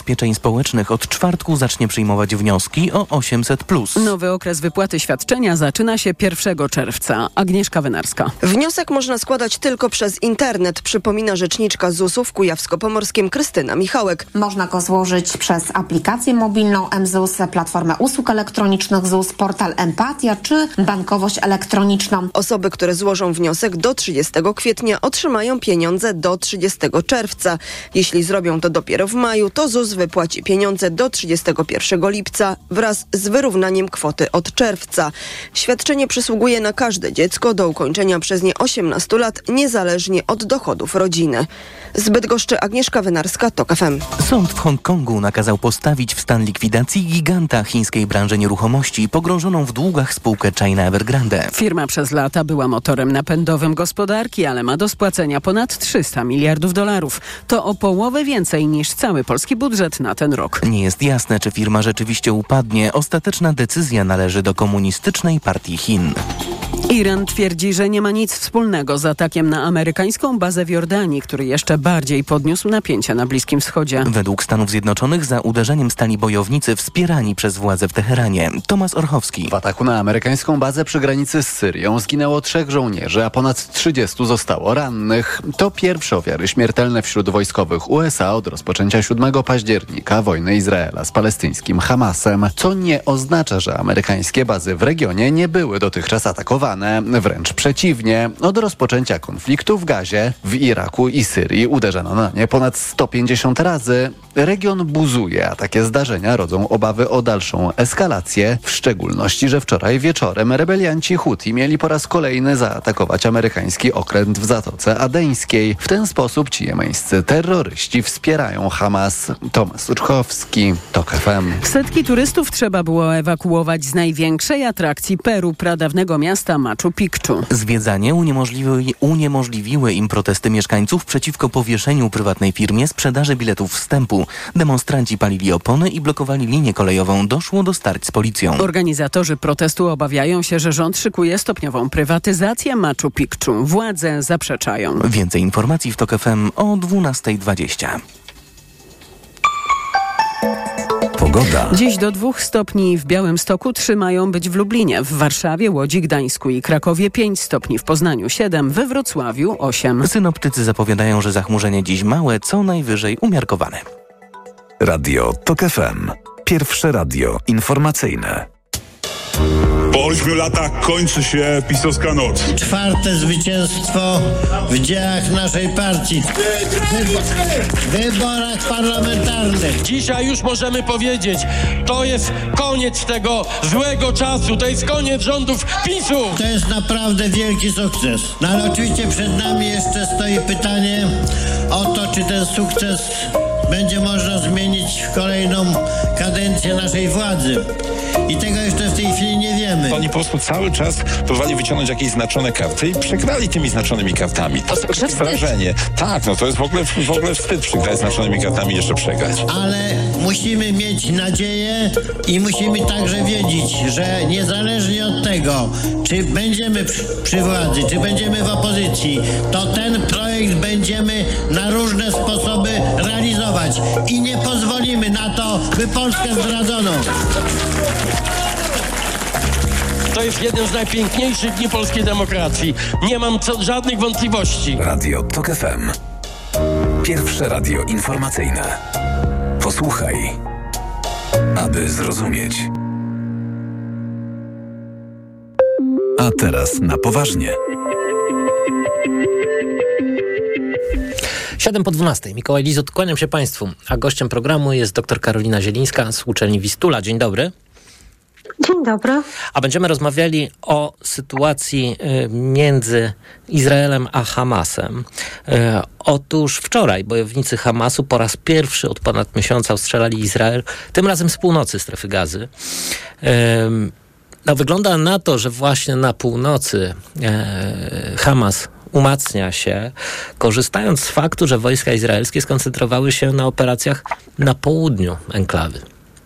Ubezpieczeń Społecznych od czwartku zacznie przyjmować wnioski o 800+. Nowy okres wypłaty świadczenia zaczyna się 1 czerwca. Agnieszka Wynarska. Wniosek można składać tylko przez internet, przypomina rzeczniczka ZUS-u w Kujawsko-Pomorskim Krystyna Michałek. Można go złożyć przez aplikację mobilną mZUS, platformę usług elektronicznych ZUS, portal Empatia czy bankowość elektroniczną. Osoby, które złożą wniosek do 30 kwietnia otrzymają pieniądze do 30 czerwca. Jeśli zrobią to dopiero w maju, to ZUS wypłaci pieniądze do 31 lipca wraz z wyrównaniem kwoty od czerwca. Świadczenie przysługuje na każde dziecko do ukończenia przez nie 18 lat, niezależnie od dochodów rodziny. Z Bydgoszczy Agnieszka Wynarska, TOK FM. Sąd w Hongkongu nakazał postawić w stan likwidacji giganta chińskiej branży nieruchomości, pogrążoną w długach spółkę China Evergrande. Firma przez lata była motorem napędowym gospodarki, ale ma do spłacenia ponad $300 miliardów. To o połowę więcej niż cały polski budżet na ten rok. Nie jest jasne, czy firma rzeczywiście upadnie. Ostateczna decyzja należy do Komunistycznej Partii Chin. Iran twierdzi, że nie ma nic wspólnego z atakiem na amerykańską bazę w Jordanii, który jeszcze bardziej podniósł napięcia na Bliskim Wschodzie. Według Stanów Zjednoczonych za uderzeniem stali bojownicy wspierani przez władze w Teheranie. Tomasz Orchowski. W ataku na amerykańską bazę przy granicy z Syrią zginęło 3 żołnierzy, a ponad 30 zostało rannych. To pierwsze ofiary śmiertelne wśród wojskowych USA od rozpoczęcia 7 października wojny Izraela z palestyńskim Hamasem, co nie oznacza, że amerykańskie bazy w regionie nie były dotychczas atakowane. Wręcz przeciwnie. Od rozpoczęcia konfliktu w Gazie, w Iraku i Syrii uderzano na nie ponad 150 razy. Region buzuje, a takie zdarzenia rodzą obawy o dalszą eskalację, w szczególności, że wczoraj wieczorem rebelianci Huti mieli po raz kolejny zaatakować amerykański okręt w Zatoce Adeńskiej. W ten sposób ci jemeńscy terroryści wspierają Hamas. Tomasz Urchowski, TOK FM. Setki turystów trzeba było ewakuować z największej atrakcji Peru, pradawnego miasta Machu Picchu. Zwiedzanie uniemożliwiły im protesty mieszkańców przeciwko powieszeniu prywatnej firmie sprzedaży biletów wstępu. Demonstranci palili opony i blokowali linię kolejową. Doszło do starć z policją. Organizatorzy protestu obawiają się, że rząd szykuje stopniową prywatyzację Machu Picchu. Władze zaprzeczają. Więcej informacji w TOK FM o 12:20. Pogoda. Dziś do 2 stopni w Białymstoku, 3 mają być w Lublinie, w Warszawie, Łodzi, Gdańsku i Krakowie 5 stopni, w Poznaniu 7, we Wrocławiu 8. Synoptycy zapowiadają, że zachmurzenie dziś małe, co najwyżej umiarkowane. Radio TOK FM. Pierwsze radio informacyjne. Po 8 latach kończy się pisowska noc. 4. zwycięstwo w dziejach naszej partii. W wyborach parlamentarnych. Dzisiaj już możemy powiedzieć, to jest koniec tego złego czasu, to jest koniec rządów PiS-u. To jest naprawdę wielki sukces. No ale oczywiście przed nami jeszcze stoi pytanie o to, czy ten sukces będzie można zmienić w kolejną kadencję naszej władzy. I tego jeszcze w tej chwili nie wiemy. Oni po prostu cały czas próbowali wyciągnąć jakieś znaczone karty i przegrali tymi znaczonymi kartami. To jest wrażenie. Tak, no to jest w ogóle wstyd przegrać znaczonymi kartami i jeszcze przegrać. Ale musimy mieć nadzieję i musimy także wiedzieć, że niezależnie od tego, czy będziemy przy władzy, czy będziemy w opozycji, to ten projekt będziemy na różne sposoby realizować i nie pozwolimy na to, by Polskę zdradzono. To jest jeden z najpiękniejszych dni polskiej demokracji. Nie mam żadnych wątpliwości. Radio TOK FM. Pierwsze radio informacyjne. Posłuchaj, aby zrozumieć. A teraz na poważnie. 7:12. Mikołaj Lizut, kłaniam się Państwu. A gościem programu jest dr Karolina Zielińska z uczelni Wistula. Dzień dobry. Dzień dobry. A będziemy rozmawiali o sytuacji między Izraelem a Hamasem. Otóż wczoraj bojownicy Hamasu po raz pierwszy od ponad miesiąca ostrzelali Izrael, tym razem z północy strefy Gazy. No, wygląda na to, że właśnie na północy Hamas umacnia się, korzystając z faktu, że wojska izraelskie skoncentrowały się na operacjach na południu enklawy.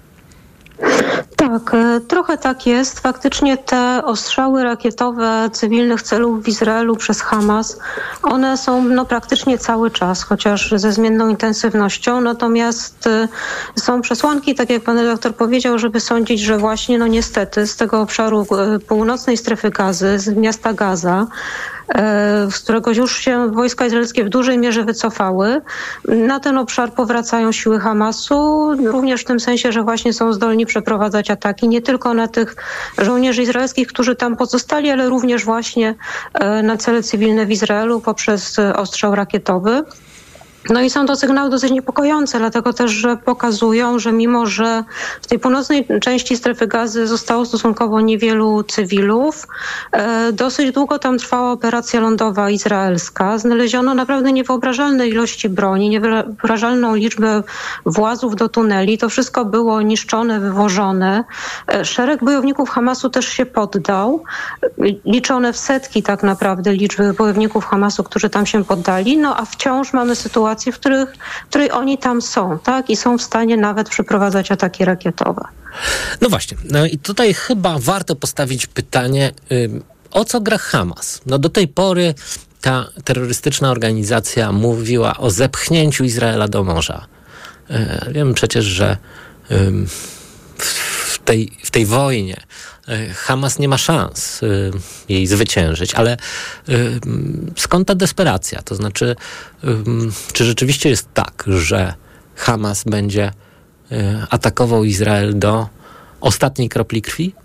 Tak, trochę tak jest. Faktycznie te ostrzały rakietowe cywilnych celów w Izraelu przez Hamas, one są praktycznie cały czas, chociaż ze zmienną intensywnością. Natomiast są przesłanki, tak jak pan redaktor powiedział, żeby sądzić, że właśnie, no niestety, z tego obszaru północnej strefy Gazy, z miasta Gaza, z którego już się wojska izraelskie w dużej mierze wycofały, na ten obszar powracają siły Hamasu, również w tym sensie, że właśnie są zdolni przeprowadzać ataki nie tylko na tych żołnierzy izraelskich, którzy tam pozostali, ale również właśnie na cele cywilne w Izraelu poprzez ostrzał rakietowy. No i są to sygnały dosyć niepokojące, dlatego też, że pokazują, że mimo, że w tej północnej części strefy Gazy zostało stosunkowo niewielu cywilów, dosyć długo tam trwała operacja lądowa izraelska. Znaleziono naprawdę niewyobrażalne ilości broni, niewyobrażalną liczbę włazów do tuneli. To wszystko było niszczone, wywożone. Szereg bojowników Hamasu też się poddał. Liczone w setki tak naprawdę liczby bojowników Hamasu, którzy tam się poddali. No a wciąż mamy sytuację, w której oni tam są, tak? I są w stanie nawet przeprowadzać ataki rakietowe. No właśnie. No i tutaj chyba warto postawić pytanie, o co gra Hamas? No do tej pory ta terrorystyczna organizacja mówiła o zepchnięciu Izraela do morza. Wiemy przecież, że w tej wojnie Hamas nie ma szans jej zwyciężyć, ale skąd ta desperacja? To znaczy, czy rzeczywiście jest tak, że Hamas będzie atakował Izrael do ostatniej kropli krwi?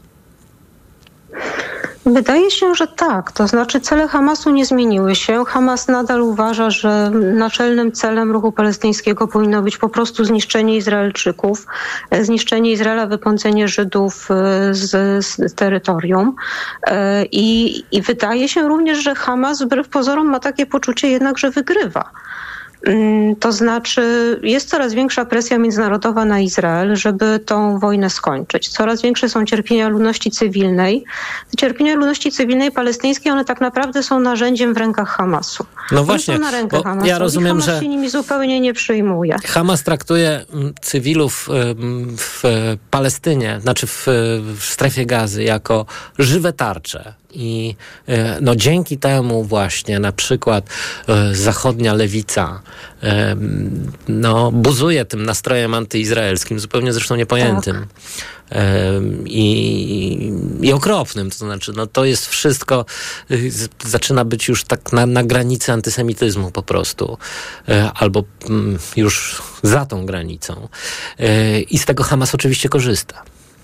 Wydaje się, że tak. To znaczy cele Hamasu nie zmieniły się. Hamas nadal uważa, że naczelnym celem ruchu palestyńskiego powinno być po prostu zniszczenie Izraelczyków, zniszczenie Izraela, wypędzenie Żydów z terytorium. I wydaje się również, że Hamas wbrew pozorom ma takie poczucie jednak, że wygrywa. To znaczy jest coraz większa presja międzynarodowa na Izrael, żeby tą wojnę skończyć. Coraz większe są cierpienia ludności cywilnej. Te cierpienia ludności cywilnej palestyńskiej, one tak naprawdę są narzędziem w rękach Hamasu. No właśnie, są na rękach Hamasu. Ja rozumiem, Hamas że się nimi zupełnie nie przejmuje. Hamas traktuje cywilów w Palestynie, znaczy w strefie Gazy jako żywe tarcze. I no dzięki temu właśnie na przykład zachodnia lewica no buzuje tym nastrojem antyizraelskim, zupełnie zresztą niepojętym. Tak. I okropnym, to znaczy no to jest wszystko, zaczyna być już tak na granicy antysemityzmu po prostu, albo już za tą granicą. I z tego Hamas oczywiście korzysta.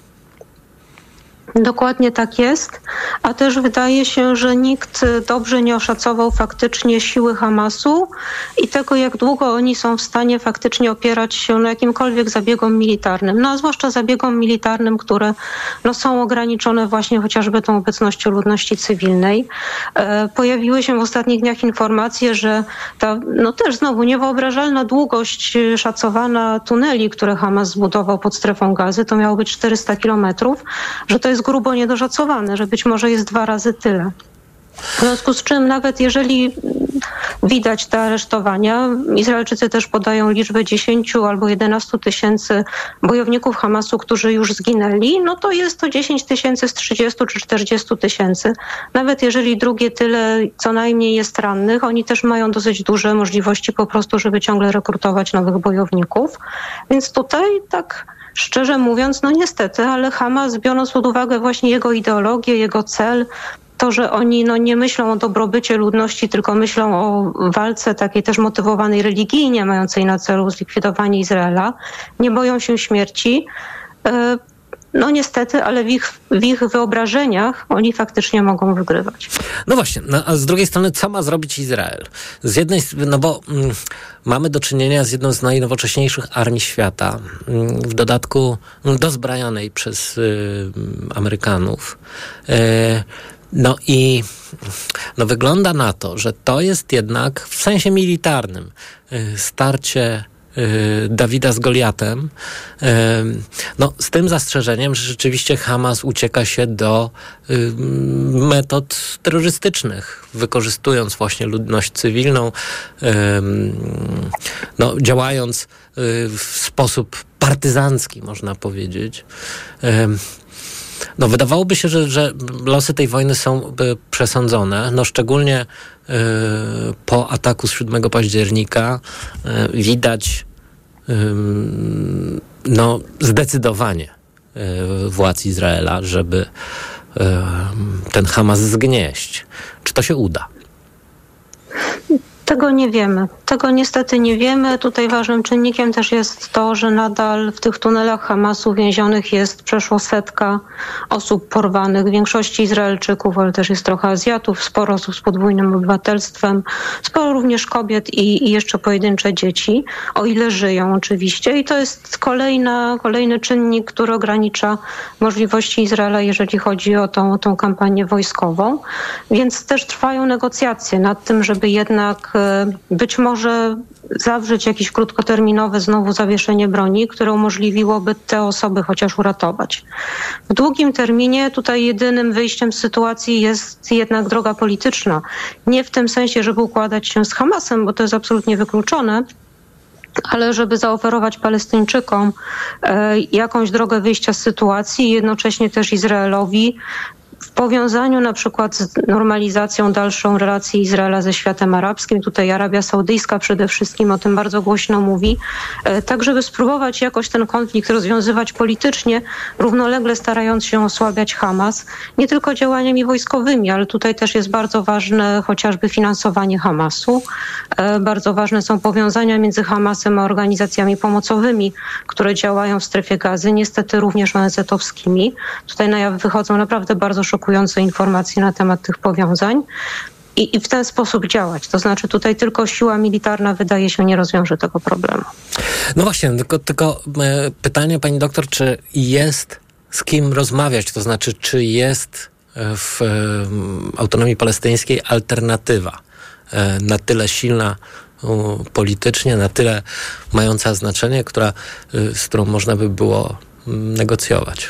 Dokładnie tak jest, a też wydaje się, że nikt dobrze nie oszacował faktycznie siły Hamasu i tego, jak długo oni są w stanie faktycznie opierać się na jakimkolwiek zabiegom militarnym, no a zwłaszcza zabiegom militarnym, które no, są ograniczone właśnie chociażby tą obecnością ludności cywilnej. Pojawiły się w ostatnich dniach informacje, że ta no też znowu niewyobrażalna długość szacowana tuneli, które Hamas zbudował pod strefą Gazy, to miało być 400 kilometrów, że to jest grubo niedoszacowane, że być może jest 2 razy tyle. W związku z czym nawet jeżeli widać te aresztowania, Izraelczycy też podają liczbę 10 albo 11 tysięcy bojowników Hamasu, którzy już zginęli, no to jest to 10 tysięcy z 30 czy 40 tysięcy. Nawet jeżeli drugie tyle co najmniej jest rannych, oni też mają dosyć duże możliwości po prostu, żeby ciągle rekrutować nowych bojowników. Więc tutaj tak szczerze mówiąc, no niestety, ale Hamas, biorąc pod uwagę właśnie jego ideologię, jego cel, to, że oni no, nie myślą o dobrobycie ludności, tylko myślą o walce takiej też motywowanej religijnie, mającej na celu zlikwidowanie Izraela, nie boją się śmierci. No niestety, ale w ich wyobrażeniach oni faktycznie mogą wygrywać. No właśnie, no, a z drugiej strony co ma zrobić Izrael? Z jednej strony, no bo mamy do czynienia z jedną z najnowocześniejszych armii świata, w dodatku dozbrajanej przez Amerykanów. No i no wygląda na to, że to jest jednak w sensie militarnym starcie Dawida z Goliatem, no z tym zastrzeżeniem, że rzeczywiście Hamas ucieka się do metod terrorystycznych, wykorzystując właśnie ludność cywilną, no działając w sposób partyzancki, można powiedzieć. No wydawałoby się, że losy tej wojny są przesądzone, no szczególnie po ataku z 7 października widać zdecydowanie władz Izraela, żeby ten Hamas zgnieść. Czy to się uda? Tego nie wiemy. Tego niestety nie wiemy. Tutaj ważnym czynnikiem też jest to, że nadal w tych tunelach Hamasu więzionych jest przeszło 100 osób porwanych. W większości Izraelczyków, ale też jest trochę Azjatów, sporo osób z podwójnym obywatelstwem, sporo również kobiet i jeszcze pojedyncze dzieci, o ile żyją oczywiście. I to jest kolejny czynnik, który ogranicza możliwości Izraela, jeżeli chodzi o tą kampanię wojskową. Więc też trwają negocjacje nad tym, żeby jednak być może zawrzeć jakieś krótkoterminowe znowu zawieszenie broni, które umożliwiłoby te osoby chociaż uratować. W długim terminie tutaj jedynym wyjściem z sytuacji jest jednak droga polityczna. Nie w tym sensie, żeby układać się z Hamasem, bo to jest absolutnie wykluczone, ale żeby zaoferować Palestyńczykom jakąś drogę wyjścia z sytuacji i jednocześnie też Izraelowi w powiązaniu na przykład z normalizacją dalszą relacji Izraela ze światem arabskim, tutaj Arabia Saudyjska przede wszystkim o tym bardzo głośno mówi, tak żeby spróbować jakoś ten konflikt rozwiązywać politycznie, równolegle starając się osłabiać Hamas, nie tylko działaniami wojskowymi, ale tutaj też jest bardzo ważne chociażby finansowanie Hamasu. Bardzo ważne są powiązania między Hamasem a organizacjami pomocowymi, które działają w strefie Gazy, niestety również ONZ-owskimi. Tutaj na jaw wychodzą naprawdę bardzo szokujące informacje na temat tych powiązań i w ten sposób działać. To znaczy tutaj tylko siła militarna wydaje się nie rozwiąże tego problemu. No właśnie, tylko pytanie pani doktor, czy jest z kim rozmawiać? To znaczy, czy jest w autonomii palestyńskiej alternatywa na tyle silna politycznie, na tyle mająca znaczenie, z którą można by było negocjować?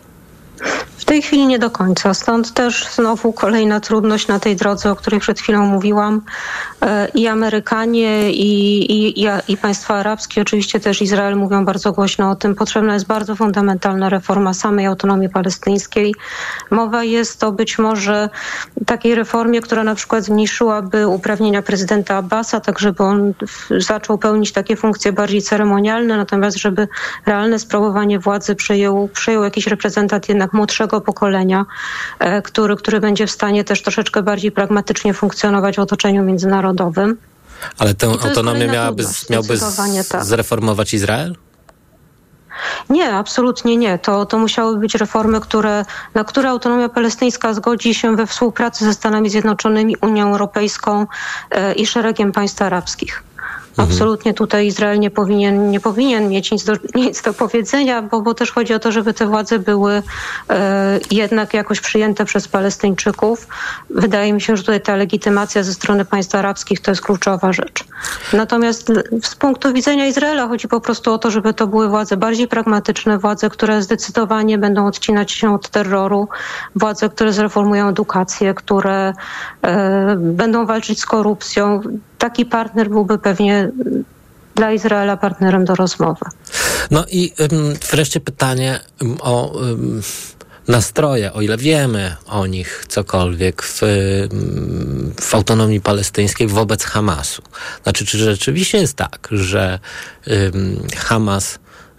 W tej chwili nie do końca. Stąd też znowu kolejna trudność na tej drodze, o której przed chwilą mówiłam. I Amerykanie, i państwa arabskie, oczywiście też Izrael mówią bardzo głośno o tym. Potrzebna jest bardzo fundamentalna reforma samej autonomii palestyńskiej. Mowa jest o być może takiej reformie, która na przykład zmniejszyłaby uprawnienia prezydenta Abbasa, tak żeby on zaczął pełnić takie funkcje bardziej ceremonialne, natomiast żeby realne sprawowanie władzy przejął jakiś reprezentant jednak młodszego pokolenia, który będzie w stanie też troszeczkę bardziej pragmatycznie funkcjonować w otoczeniu międzynarodowym. Ale tę autonomię miałby zreformować Izrael? Nie, absolutnie nie. To musiały być reformy, na które autonomia palestyńska zgodzi się we współpracy ze Stanami Zjednoczonymi, Unią Europejską i szeregiem państw arabskich. Absolutnie tutaj Izrael nie powinien mieć nic do powiedzenia, bo też chodzi o to, żeby te władze były jednak jakoś przyjęte przez Palestyńczyków. Wydaje mi się, że tutaj ta legitymacja ze strony państw arabskich to jest kluczowa rzecz. Natomiast z punktu widzenia Izraela chodzi po prostu o to, żeby to były władze bardziej pragmatyczne, władze, które zdecydowanie będą odcinać się od terroru, władze, które zreformują edukację, które będą walczyć z korupcją. Taki partner byłby pewnie dla Izraela partnerem do rozmowy. No i wreszcie pytanie o nastroje, o ile wiemy o nich cokolwiek w autonomii palestyńskiej wobec Hamasu. Znaczy, czy rzeczywiście jest tak, że Hamas,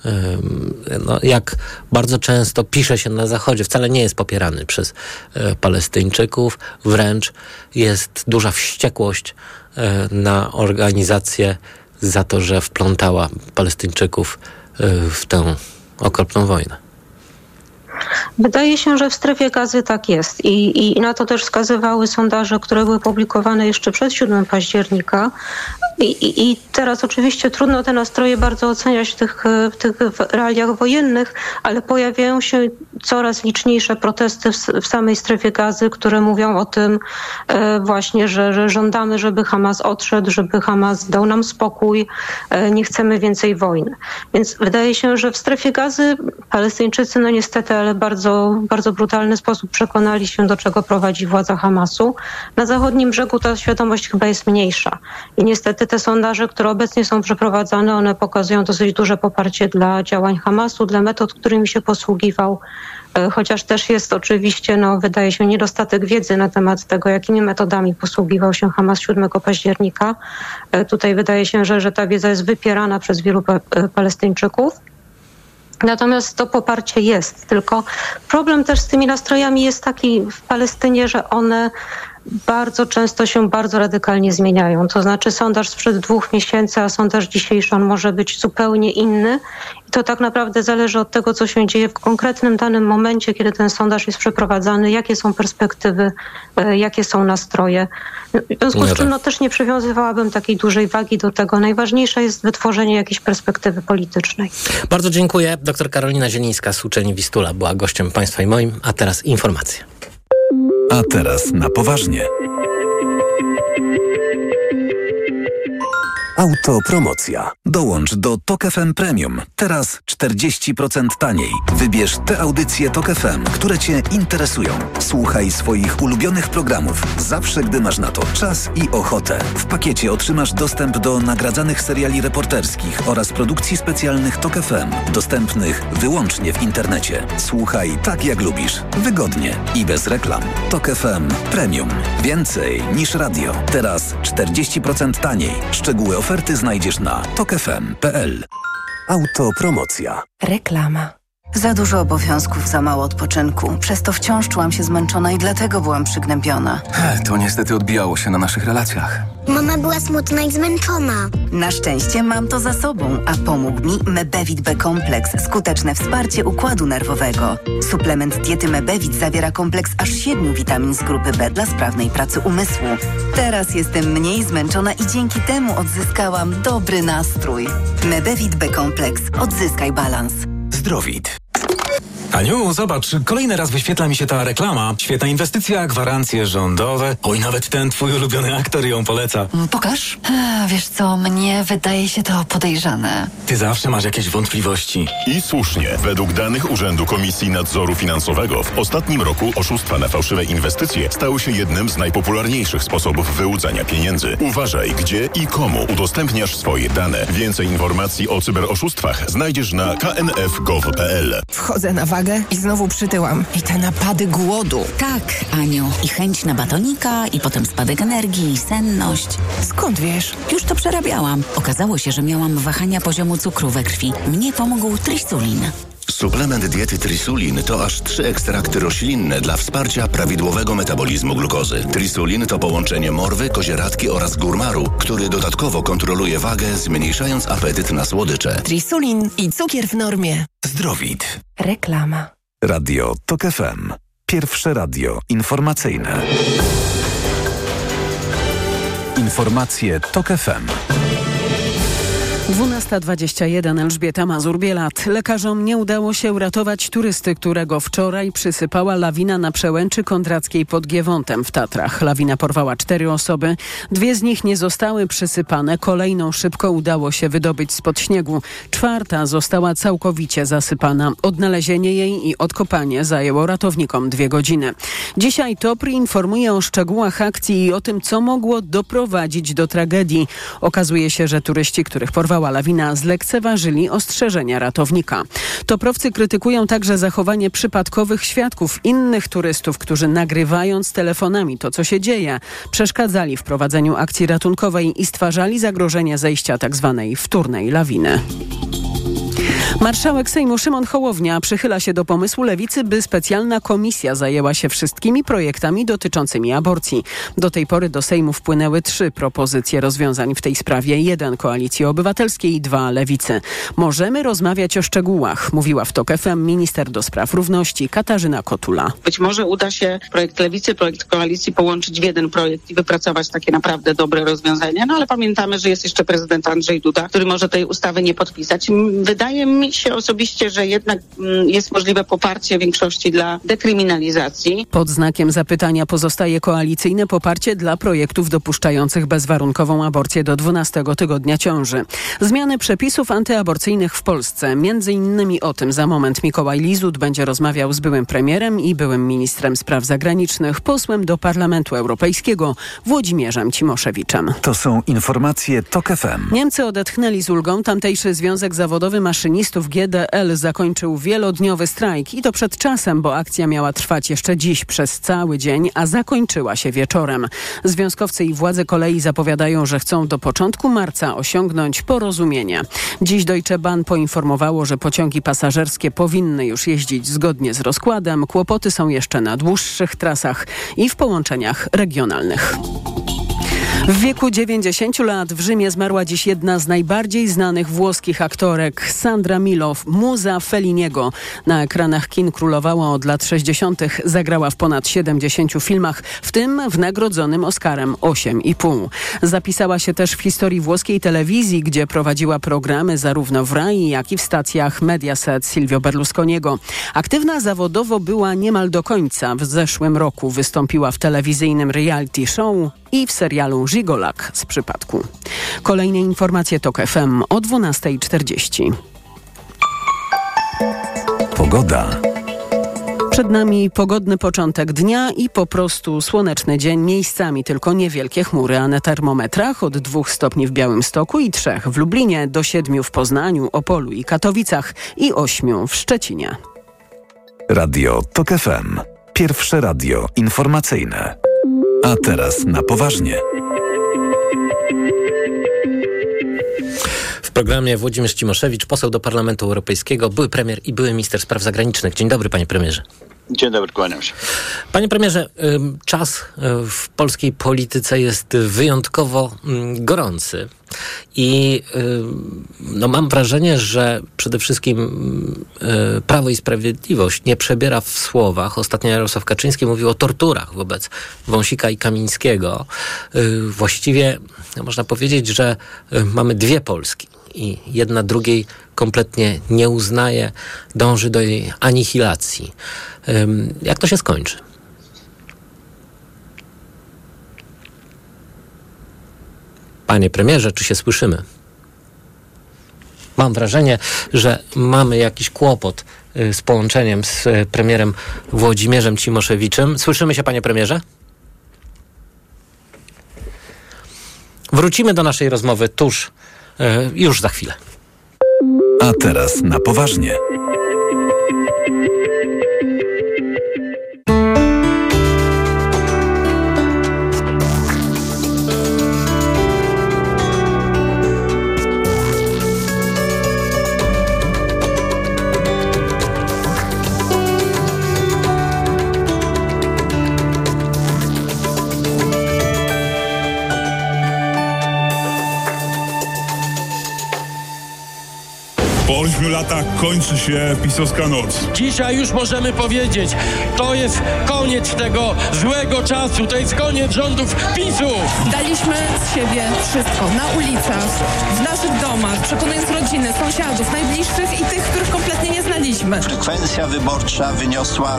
jak bardzo często pisze się na Zachodzie, wcale nie jest popierany przez Palestyńczyków, wręcz jest duża wściekłość na organizację za to, że wplątała Palestyńczyków w tę okropną wojnę. Wydaje się, że w strefie Gazy tak jest i na to też wskazywały sondaże, które były publikowane jeszcze przed 7 października. I teraz oczywiście trudno te nastroje bardzo oceniać w tych realiach wojennych, ale pojawiają się coraz liczniejsze protesty w samej strefie Gazy, które mówią o tym właśnie, że żądamy, żeby Hamas odszedł, żeby Hamas dał nam spokój, nie chcemy więcej wojny. Więc wydaje się, że w strefie Gazy Palestyńczycy, no niestety, ale bardzo, bardzo brutalny sposób przekonali się, do czego prowadzi władza Hamasu. Na zachodnim brzegu ta świadomość chyba jest mniejsza. I niestety te sondaże, które obecnie są przeprowadzane, one pokazują dosyć duże poparcie dla działań Hamasu, dla metod, którymi się posługiwał. Chociaż też jest oczywiście, wydaje się, niedostatek wiedzy na temat tego, jakimi metodami posługiwał się Hamas 7 października. Tutaj wydaje się, że ta wiedza jest wypierana przez wielu Palestyńczyków. Natomiast to poparcie jest. Tylko problem też z tymi nastrojami jest taki w Palestynie, że one bardzo często się bardzo radykalnie zmieniają. To znaczy sondaż sprzed 2 miesięcy, a sondaż dzisiejszy, on może być zupełnie inny. I to tak naprawdę zależy od tego, co się dzieje w konkretnym danym momencie, kiedy ten sondaż jest przeprowadzany, jakie są perspektywy, jakie są nastroje. W związku z czym też nie przywiązywałabym takiej dużej wagi do tego. Najważniejsze jest wytworzenie jakiejś perspektywy politycznej. Bardzo dziękuję. Dr Karolina Zielińska z uczelni Wistula była gościem Państwa i moim, a teraz informacje. A teraz na poważnie. Autopromocja. Dołącz do TOK FM Premium. Teraz 40% taniej. Wybierz te audycje TOK FM, które Cię interesują. Słuchaj swoich ulubionych programów zawsze, gdy masz na to czas i ochotę. W pakiecie otrzymasz dostęp do nagradzanych seriali reporterskich oraz produkcji specjalnych TOK FM, dostępnych wyłącznie w internecie. Słuchaj tak, jak lubisz. Wygodnie i bez reklam. TOK FM Premium. Więcej niż radio. Teraz 40% taniej. Szczegóły oferty znajdziesz na tokfm.pl. Autopromocja. Reklama. Za dużo obowiązków, za mało odpoczynku. Przez to wciąż czułam się zmęczona i dlatego byłam przygnębiona. To niestety odbijało się na naszych relacjach. Mama była smutna i zmęczona. Na szczęście mam to za sobą, a pomógł mi Mebevit B-kompleks. Skuteczne wsparcie układu nerwowego. Suplement diety Mebevit zawiera kompleks aż 7 witamin z grupy B dla sprawnej pracy umysłu. Teraz jestem mniej zmęczona i dzięki temu odzyskałam dobry nastrój. Mebevit B-kompleks. Odzyskaj balans. Zdrowit. Aniu, zobacz, kolejny raz wyświetla mi się ta reklama. Świetna inwestycja, gwarancje rządowe. Oj, nawet ten twój ulubiony aktor ją poleca. Pokaż. Wiesz co, mnie wydaje się to podejrzane. Ty zawsze masz jakieś wątpliwości. I słusznie. Według danych Urzędu Komisji Nadzoru Finansowego w ostatnim roku oszustwa na fałszywe inwestycje stały się jednym z najpopularniejszych sposobów wyłudzania pieniędzy. Uważaj, gdzie i komu udostępniasz swoje dane. Więcej informacji o cyberoszustwach znajdziesz na knf.gov.pl. Wchodzę na wagę i znowu przytyłam. I te napady głodu. Tak, Aniu. I chęć na batonika, i potem spadek energii, i senność. Skąd wiesz? Już to przerabiałam. Okazało się, że miałam wahania poziomu cukru we krwi. Mnie pomógł Trisulin. Suplement diety Trisulin to aż 3 ekstrakty roślinne dla wsparcia prawidłowego metabolizmu glukozy. Trisulin to połączenie morwy, kozieradki oraz górmaru, który dodatkowo kontroluje wagę, zmniejszając apetyt na słodycze. Trisulin i cukier w normie. Zdrowit. Reklama. Radio TOK FM. Pierwsze radio informacyjne. Informacje TOK FM. 12:21. Elżbieta Mazur-Bielat. Lekarzom nie udało się uratować turysty, którego wczoraj przysypała lawina na przełęczy Kondrackiej pod Giewontem w Tatrach. Lawina porwała 4 osoby. 2 z nich nie zostały przysypane. Kolejną szybko udało się wydobyć spod śniegu. 4 została całkowicie zasypana. Odnalezienie jej i odkopanie zajęło ratownikom 2 godziny. Dzisiaj TOPR informuje o szczegółach akcji i o tym, co mogło doprowadzić do tragedii. Okazuje się, że turyści, których porwała lawina, zlekceważyli ostrzeżenia ratownika. Toprowcy krytykują także zachowanie przypadkowych świadków, innych turystów, którzy nagrywając telefonami to, co się dzieje, przeszkadzali w prowadzeniu akcji ratunkowej i stwarzali zagrożenie zejścia tzw. wtórnej lawiny. Marszałek Sejmu Szymon Hołownia przychyla się do pomysłu Lewicy, by specjalna komisja zajęła się wszystkimi projektami dotyczącymi aborcji. Do tej pory do Sejmu wpłynęły 3 propozycje rozwiązań w tej sprawie. 1 Koalicji Obywatelskiej i 2 Lewicy. Możemy rozmawiać o szczegółach, mówiła w TOK FM minister do spraw równości Katarzyna Kotula. Być może uda się projekt Lewicy, projekt Koalicji połączyć w jeden projekt i wypracować takie naprawdę dobre rozwiązania. No ale pamiętamy, że jest jeszcze prezydent Andrzej Duda, który może tej ustawy nie podpisać. Wydaje mi się osobiście, że jednak jest możliwe poparcie większości dla dekryminalizacji. Pod znakiem zapytania pozostaje koalicyjne poparcie dla projektów dopuszczających bezwarunkową aborcję do 12 tygodnia ciąży. Zmiany przepisów antyaborcyjnych w Polsce. Między innymi o tym za moment Mikołaj Lizut będzie rozmawiał z byłym premierem i byłym ministrem spraw zagranicznych, posłem do Parlamentu Europejskiego Włodzimierzem Cimoszewiczem. To są informacje TOK FM. Niemcy odetchnęli z ulgą. Tamtejszy Związek Zawodowy Maszynistów policjantów GDL zakończył wielodniowy strajk i to przed czasem, bo akcja miała trwać jeszcze dziś przez cały dzień, a zakończyła się wieczorem. Związkowcy i władze kolei zapowiadają, że chcą do początku marca osiągnąć porozumienie. Dziś Deutsche Bahn poinformowało, że pociągi pasażerskie powinny już jeździć zgodnie z rozkładem. Kłopoty są jeszcze na dłuższych trasach i w połączeniach regionalnych. W wieku 90 lat w Rzymie zmarła dziś jedna z najbardziej znanych włoskich aktorek, Sandra Milow, muza Felliniego. Na ekranach kin królowała od lat 60., zagrała w ponad 70 filmach, w tym w nagrodzonym Oscarem 8,5. Zapisała się też w historii włoskiej telewizji, gdzie prowadziła programy zarówno w Rai, jak i w stacjach Mediaset Silvio Berlusconiego. Aktywna zawodowo była niemal do końca. W zeszłym roku wystąpiła w telewizyjnym reality show i w serialu Żigolak z przypadku. Kolejne informacje TOK FM o 12:40. Pogoda. Przed nami pogodny początek dnia i po prostu słoneczny dzień. Miejscami tylko niewielkie chmury, a na termometrach od 2 stopni w Białymstoku i 3 w Lublinie, do 7 w Poznaniu, Opolu i Katowicach i 8 w Szczecinie. Radio TOK FM. Pierwsze radio informacyjne. A teraz na poważnie. W programie Włodzimierz Cimoszewicz, poseł do Parlamentu Europejskiego, były premier i były minister spraw zagranicznych. Dzień dobry, panie premierze. Dzień dobry, kłaniam się. Panie premierze, czas w polskiej polityce jest wyjątkowo gorący i mam wrażenie, że przede wszystkim Prawo i Sprawiedliwość nie przebiera w słowach. Ostatnio Jarosław Kaczyński mówił o torturach wobec Wąsika i Kamińskiego. Właściwie można powiedzieć, że mamy dwie Polski i jedna drugiej kompletnie nie uznaje, dąży do jej anihilacji. Jak to się skończy? Panie premierze, czy się słyszymy? Mam wrażenie, że mamy jakiś kłopot z połączeniem z premierem Włodzimierzem Cimoszewiczem. Słyszymy się, panie premierze? Wrócimy do naszej rozmowy już za chwilę. A teraz na poważnie. Po 8 latach kończy się pisowska noc. Dzisiaj już możemy powiedzieć, to jest koniec tego złego czasu, to jest koniec rządów PiS-u. Daliśmy z siebie wszystko, na ulicach, w naszych domach, przekonując rodziny, sąsiadów, najbliższych i tych, których kompletnie nie znaliśmy. Frekwencja wyborcza wyniosła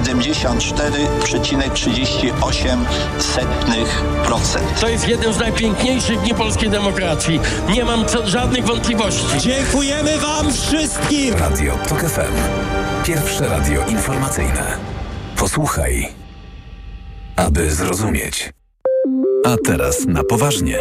74,38%. To jest jeden z najpiękniejszych dni polskiej demokracji. Nie mam żadnych wątpliwości. Dziękujemy wam wszystkim! Radio TOK FM. Pierwsze radio informacyjne. Posłuchaj, aby zrozumieć. A teraz na poważnie.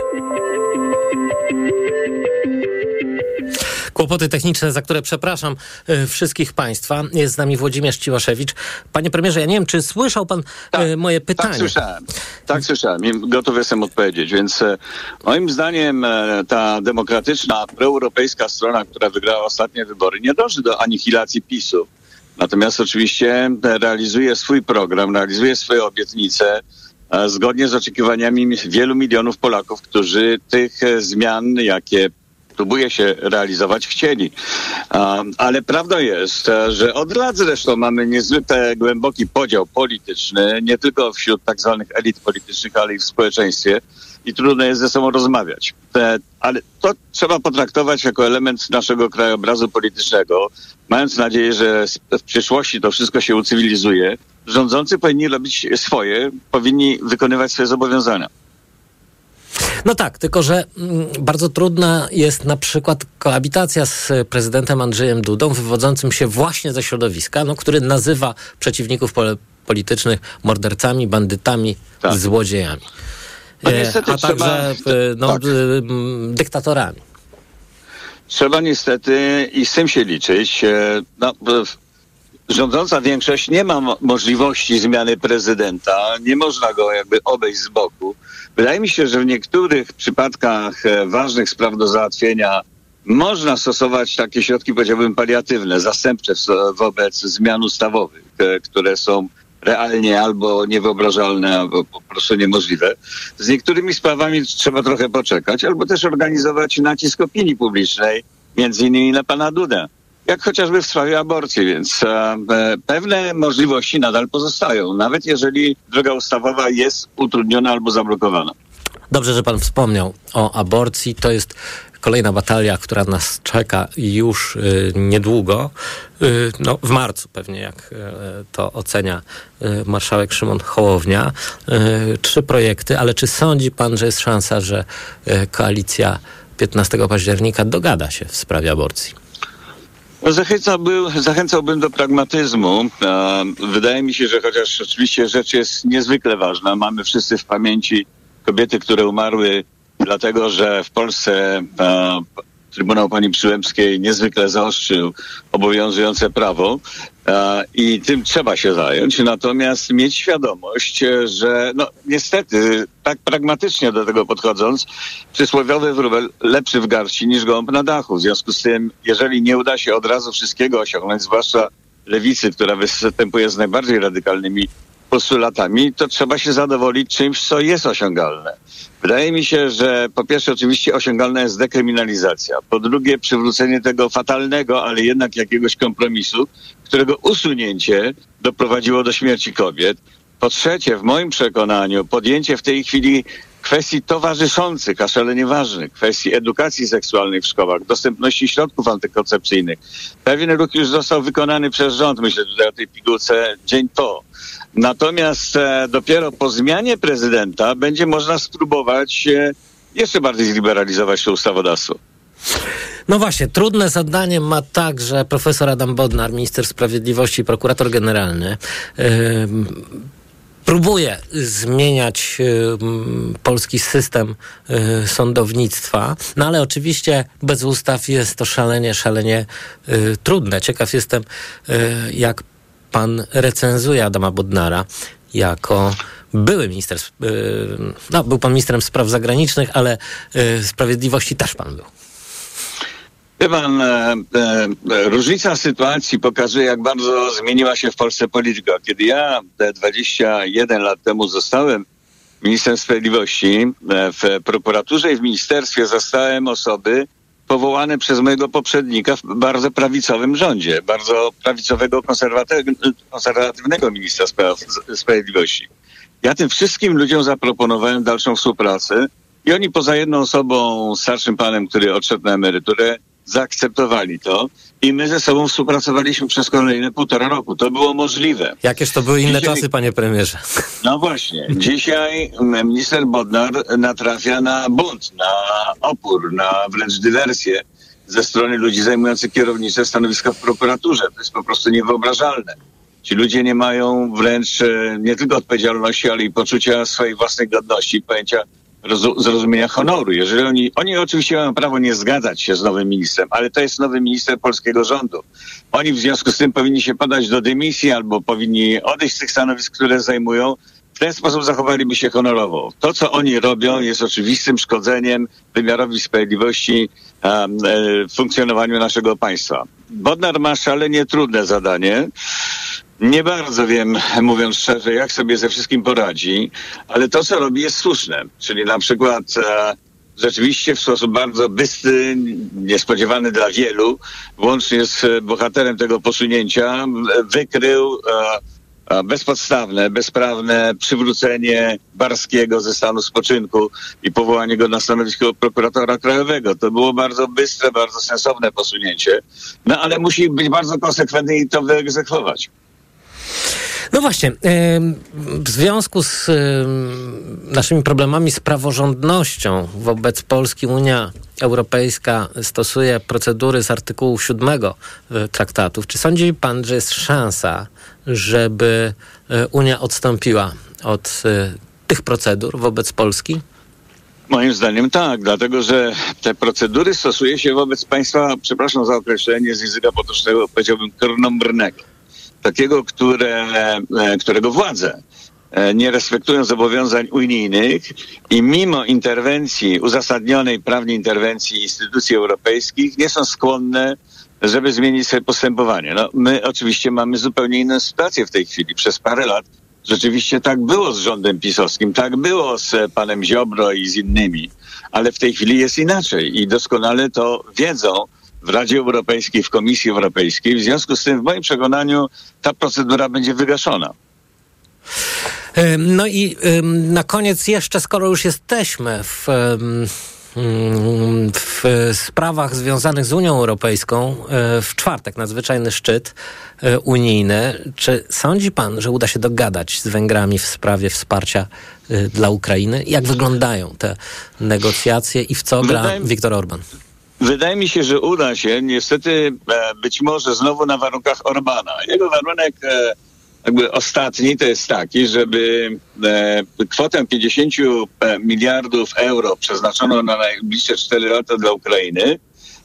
Kłopoty techniczne, za które przepraszam wszystkich państwa. Jest z nami Włodzimierz Cimoszewicz. Panie premierze, ja nie wiem, czy słyszał pan moje pytanie? Tak, słyszałem. Gotów jestem odpowiedzieć. Więc moim zdaniem ta demokratyczna, proeuropejska strona, która wygrała ostatnie wybory, nie dąży do anihilacji PiS-u. Natomiast oczywiście realizuje swój program, realizuje swoje obietnice zgodnie z oczekiwaniami wielu milionów Polaków, którzy tych zmian, jakie próbuje się realizować, chcieli. Ale prawdą jest, że od lat zresztą mamy niezwykle głęboki podział polityczny, nie tylko wśród tak zwanych elit politycznych, ale i w społeczeństwie i trudno jest ze sobą rozmawiać. Ale to trzeba potraktować jako element naszego krajobrazu politycznego, mając nadzieję, że w przyszłości to wszystko się ucywilizuje. Rządzący powinni robić swoje, powinni wykonywać swoje zobowiązania. No tak, tylko że bardzo trudna jest na przykład koabitacja z prezydentem Andrzejem Dudą, wywodzącym się właśnie ze środowiska, który nazywa przeciwników politycznych mordercami, bandytami, złodziejami. A także dyktatorami. trzeba niestety i z tym się liczyć. Rządząca większość nie ma możliwości zmiany prezydenta, nie można go jakby obejść z boku. Wydaje mi się, że w niektórych przypadkach ważnych spraw do załatwienia można stosować takie środki, powiedziałbym, paliatywne, zastępcze wobec zmian ustawowych, które są realnie albo niewyobrażalne, albo po prostu niemożliwe. Z niektórymi sprawami trzeba trochę poczekać, albo też organizować nacisk opinii publicznej, między innymi na pana Dudę, jak chociażby w sprawie aborcji, więc pewne możliwości nadal pozostają, nawet jeżeli droga ustawowa jest utrudniona albo zablokowana. Dobrze, że pan wspomniał o aborcji. To jest kolejna batalia, która nas czeka już niedługo. W marcu pewnie, jak to ocenia marszałek Szymon Hołownia. 3 projekty, ale czy sądzi pan, że jest szansa, że koalicja 15 października dogada się w sprawie aborcji? Zachęcałbym do pragmatyzmu. Wydaje mi się, że chociaż oczywiście rzecz jest niezwykle ważna, mamy wszyscy w pamięci kobiety, które umarły dlatego, że w Polsce Trybunał pani Przyłębskiej niezwykle zaostrzył obowiązujące prawo i tym trzeba się zająć. Natomiast mieć świadomość, że niestety tak pragmatycznie do tego podchodząc, przysłowiowy wróbel lepszy w garści niż gołąb na dachu. W związku z tym, jeżeli nie uda się od razu wszystkiego osiągnąć, zwłaszcza lewicy, która występuje z najbardziej radykalnymi postulatami, to trzeba się zadowolić czymś, co jest osiągalne. Wydaje mi się, że po pierwsze oczywiście osiągalna jest dekryminalizacja. Po drugie przywrócenie tego fatalnego, ale jednak jakiegoś kompromisu, którego usunięcie doprowadziło do śmierci kobiet. Po trzecie, w moim przekonaniu, podjęcie w tej chwili kwestii towarzyszących, a szalenie ważnych, kwestii edukacji seksualnej w szkołach, dostępności środków antykoncepcyjnych. Pewien ruch już został wykonany przez rząd, myślę tutaj o tej pigułce dzień po. Natomiast dopiero po zmianie prezydenta będzie można spróbować jeszcze bardziej zliberalizować to ustawodawstwo. No właśnie, trudne zadanie ma także profesor Adam Bodnar, minister sprawiedliwości i prokurator generalny. Próbuje zmieniać polski system sądownictwa, no ale oczywiście bez ustaw jest to szalenie trudne. Ciekaw jestem, jak pan recenzuje Adama Bodnara jako były minister, był pan ministrem spraw zagranicznych, ale sprawiedliwości też pan był. Wie pan, różnica sytuacji pokazuje, jak bardzo zmieniła się w Polsce polityka. Kiedy ja 21 lat temu zostałem ministrem sprawiedliwości, w prokuraturze i w ministerstwie zastałem osoby powołane przez mojego poprzednika w bardzo prawicowym rządzie, bardzo prawicowego, konserwatywnego ministra sprawiedliwości. Ja tym wszystkim ludziom zaproponowałem dalszą współpracę i oni poza jedną osobą, starszym panem, który odszedł na emeryturę, zaakceptowali to i my ze sobą współpracowaliśmy przez kolejne 1,5 roku. To było możliwe. Jakież to były inne czasy, panie premierze. No właśnie. Dzisiaj minister Bodnar natrafia na bunt, na opór, na wręcz dywersję ze strony ludzi zajmujących kierownicze stanowiska w prokuraturze. To jest po prostu niewyobrażalne. Ci ludzie nie mają wręcz nie tylko odpowiedzialności, ale i poczucia swojej własnej godności, pojęcia zrozumienia honoru. Jeżeli oni oczywiście mają prawo nie zgadzać się z nowym ministrem, ale to jest nowy minister polskiego rządu. Oni w związku z tym powinni się podać do dymisji albo powinni odejść z tych stanowisk, które zajmują. W ten sposób zachowaliby się honorowo. To, co oni robią, jest oczywistym szkodzeniem wymiarowi sprawiedliwości, funkcjonowaniu naszego państwa. Bodnar ma szalenie trudne zadanie. Nie bardzo wiem, mówiąc szczerze, jak sobie ze wszystkim poradzi, ale to, co robi, jest słuszne. Czyli na przykład rzeczywiście w sposób bardzo bystry, niespodziewany dla wielu, włącznie z bohaterem tego posunięcia, wykrył bezpodstawne, bezprawne przywrócenie Barskiego ze stanu spoczynku i powołanie go na stanowisko prokuratora krajowego. To było bardzo bystre, bardzo sensowne posunięcie. No ale musi być bardzo konsekwentny i to wyegzekwować. No właśnie, w związku z naszymi problemami z praworządnością wobec Polski Unia Europejska stosuje procedury z artykułu 7 traktatów. Czy sądzi pan, że jest szansa, żeby Unia odstąpiła od tych procedur wobec Polski? Moim zdaniem tak, dlatego że te procedury stosuje się wobec państwa, przepraszam za określenie z języka potocznego, powiedziałbym krnąbrnego. Takiego, którego władze nie respektują zobowiązań unijnych i mimo interwencji, uzasadnionej prawnie interwencji instytucji europejskich, nie są skłonne, żeby zmienić swoje postępowanie. No, my oczywiście mamy zupełnie inną sytuację w tej chwili. Przez parę lat rzeczywiście tak było z rządem pisowskim, tak było z panem Ziobro i z innymi, ale w tej chwili jest inaczej i doskonale to wiedzą w Radzie Europejskiej, w Komisji Europejskiej. W związku z tym w moim przekonaniu ta procedura będzie wygaszona. No i na koniec jeszcze, skoro już jesteśmy w sprawach związanych z Unią Europejską, w czwartek nadzwyczajny szczyt unijny. Czy sądzi pan, że uda się dogadać z Węgrami w sprawie wsparcia dla Ukrainy? Jak wyglądają te negocjacje i w co gra Viktor Orban? Wydaje mi się, że uda się. Niestety być może znowu na warunkach Orbana. Jego warunek jakby ostatni to jest taki, żeby kwotę 50 miliardów euro przeznaczoną na najbliższe 4 lata dla Ukrainy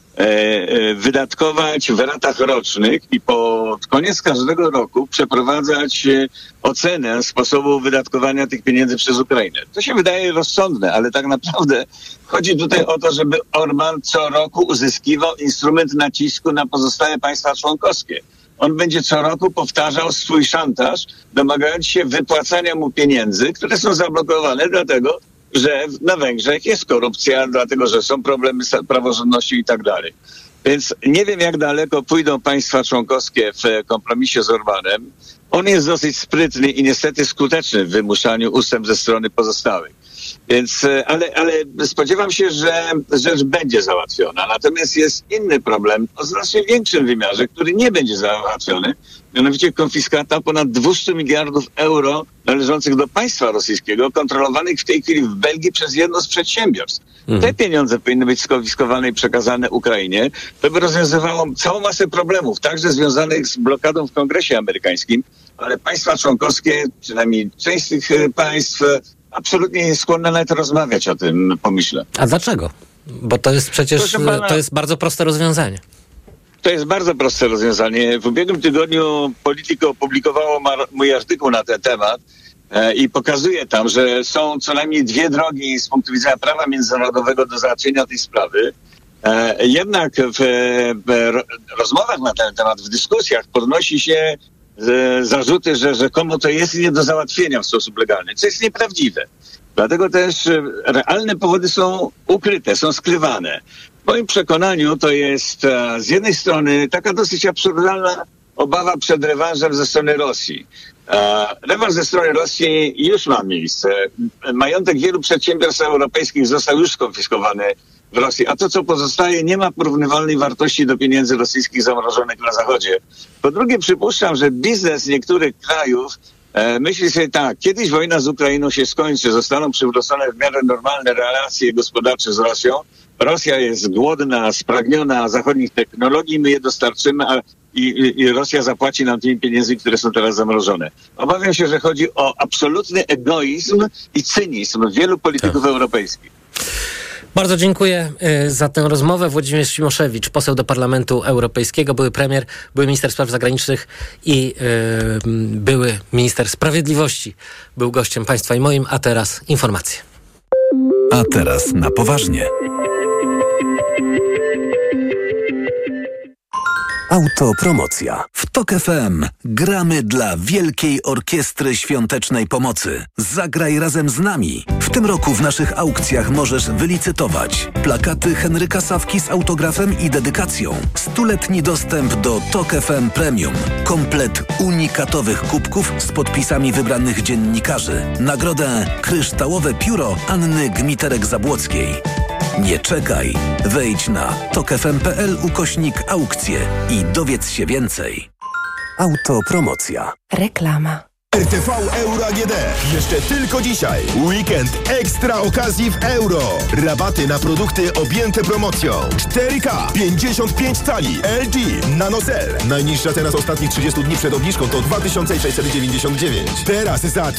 wydatkować w ratach rocznych i pod koniec każdego roku przeprowadzać ocenę sposobu wydatkowania tych pieniędzy przez Ukrainę. To się wydaje rozsądne, ale tak naprawdę chodzi tutaj o to, żeby Orban co roku uzyskiwał instrument nacisku na pozostałe państwa członkowskie. On będzie co roku powtarzał swój szantaż, domagając się wypłacania mu pieniędzy, które są zablokowane dlatego, że na Węgrzech jest korupcja, dlatego, że są problemy z praworządnością i tak dalej. Więc nie wiem, jak daleko pójdą państwa członkowskie w kompromisie z Orbanem. On jest dosyć sprytny i niestety skuteczny w wymuszaniu ustępstw ze strony pozostałych. Więc, ale spodziewam się, że rzecz będzie załatwiona. Natomiast jest inny problem o znacznie większym wymiarze, który nie będzie załatwiony. Mianowicie konfiskata ponad 200 miliardów euro należących do państwa rosyjskiego, kontrolowanych w tej chwili w Belgii przez jedno z przedsiębiorstw. Te pieniądze powinny być skonfiskowane i przekazane Ukrainie. To by rozwiązywało całą masę problemów, także związanych z blokadą w Kongresie amerykańskim, ale państwa członkowskie, przynajmniej część z tych państw, absolutnie nie jest skłonna nawet rozmawiać o tym pomyśle. A dlaczego? Bo to jest przecież to jest bardzo proste rozwiązanie. To jest bardzo proste rozwiązanie. W ubiegłym tygodniu Politico opublikowało mój artykuł na ten temat i pokazuje tam, że są co najmniej dwie drogi z punktu widzenia prawa międzynarodowego do załatwienia tej sprawy. Jednak w rozmowach na ten temat, w dyskusjach podnosi się zarzuty, że rzekomo to jest nie do załatwienia w sposób legalny, co jest nieprawdziwe. Dlatego też realne powody są ukryte, są skrywane. W moim przekonaniu to jest z jednej strony taka dosyć absurdalna obawa przed rewanżem ze strony Rosji. Rewanż ze strony Rosji już ma miejsce. Majątek wielu przedsiębiorstw europejskich został już skonfiskowany w Rosji, a to, co pozostaje, nie ma porównywalnej wartości do pieniędzy rosyjskich zamrożonych na Zachodzie. Po drugie, przypuszczam, że biznes niektórych krajów myśli sobie tak, kiedyś wojna z Ukrainą się skończy, zostaną przywrócone w miarę normalne relacje gospodarcze z Rosją. Rosja jest głodna, spragniona zachodnich technologii, my je dostarczymy, i Rosja zapłaci nam tymi pieniędzmi, które są teraz zamrożone. Obawiam się, że chodzi o absolutny egoizm i cynizm wielu polityków europejskich. Bardzo dziękuję za tę rozmowę. Włodzimierz Cimoszewicz, poseł do Parlamentu Europejskiego, były premier, były minister spraw zagranicznych i były minister sprawiedliwości. Był gościem państwa i moim, a teraz informacje. A teraz na poważnie. Autopromocja. W TOK FM gramy dla Wielkiej Orkiestry Świątecznej Pomocy. Zagraj razem z nami. W tym roku w naszych aukcjach możesz wylicytować plakaty Henryka Sawki z autografem i dedykacją, 100-letni dostęp do TOK FM Premium, komplet unikatowych kubków z podpisami wybranych dziennikarzy, nagrodę Kryształowe Pióro Anny Gmiterek-Zabłockiej. Nie czekaj. Wejdź na tokfm.pl/aukcje i dowiedz się więcej. Autopromocja. Reklama. RTV Euro AGD. Jeszcze tylko dzisiaj. Weekend ekstra okazji w euro. Rabaty na produkty objęte promocją. 4K, 55 cali, LG, NanoCell. Najniższa teraz ostatnich 30 dni przed obniżką to 2699. Teraz za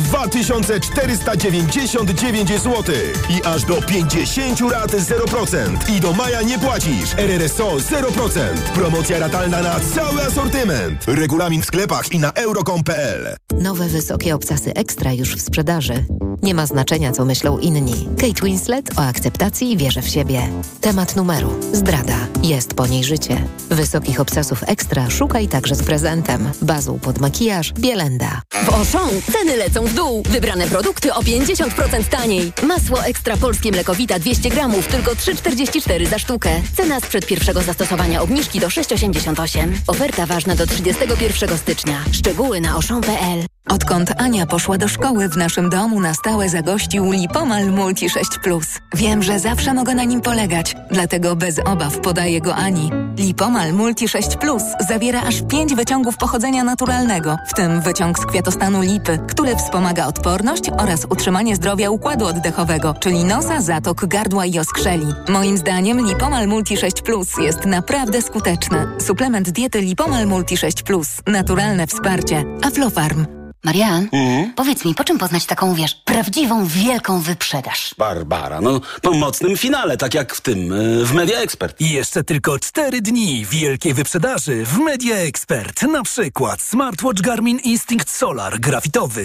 2499 zł. I aż do 50 lat 0%. I do maja nie płacisz. RRSO 0%. Promocja ratalna na cały asortyment. Regulamin w sklepach i na euro.com.pl. Nowe wysokie obcasy Ekstra już w sprzedaży. Nie ma znaczenia, co myślą inni. Kate Winslet o akceptacji i wierze w siebie. Temat numeru. Zdrada. Jest po niej życie. Wysokich obcasów Ekstra szukaj także z prezentem. Bazą pod makijaż Bielenda. W Auchan ceny lecą w dół. Wybrane produkty o 50% taniej. Masło Ekstra polskie mlekowita 200 gramów tylko 3,44 za sztukę. Cena sprzed pierwszego zastosowania obniżki do 6,88. Oferta ważna do 31 stycznia. Szczegóły na auchan.pl. Odkąd Ania poszła do szkoły, w naszym domu na stałe zagościł Lipomal Multi 6+. Wiem, że zawsze mogę na nim polegać, dlatego bez obaw podaję go Ani. Lipomal Multi 6+ zawiera aż 5 wyciągów pochodzenia naturalnego, w tym wyciąg z kwiatostanu lipy, który wspomaga odporność oraz utrzymanie zdrowia układu oddechowego, czyli nosa, zatok, gardła i oskrzeli. Moim zdaniem Lipomal Multi 6+ jest naprawdę skuteczny. Suplement diety Lipomal Multi 6+. Naturalne wsparcie. Aflofarm. Marian, powiedz mi, po czym poznać taką, prawdziwą, wielką wyprzedaż? Barbara, po mocnym finale, tak jak w tym, w Media Expert. I jeszcze tylko 4 dni wielkiej wyprzedaży w Media Expert. Na przykład smartwatch Garmin Instinct Solar grafitowy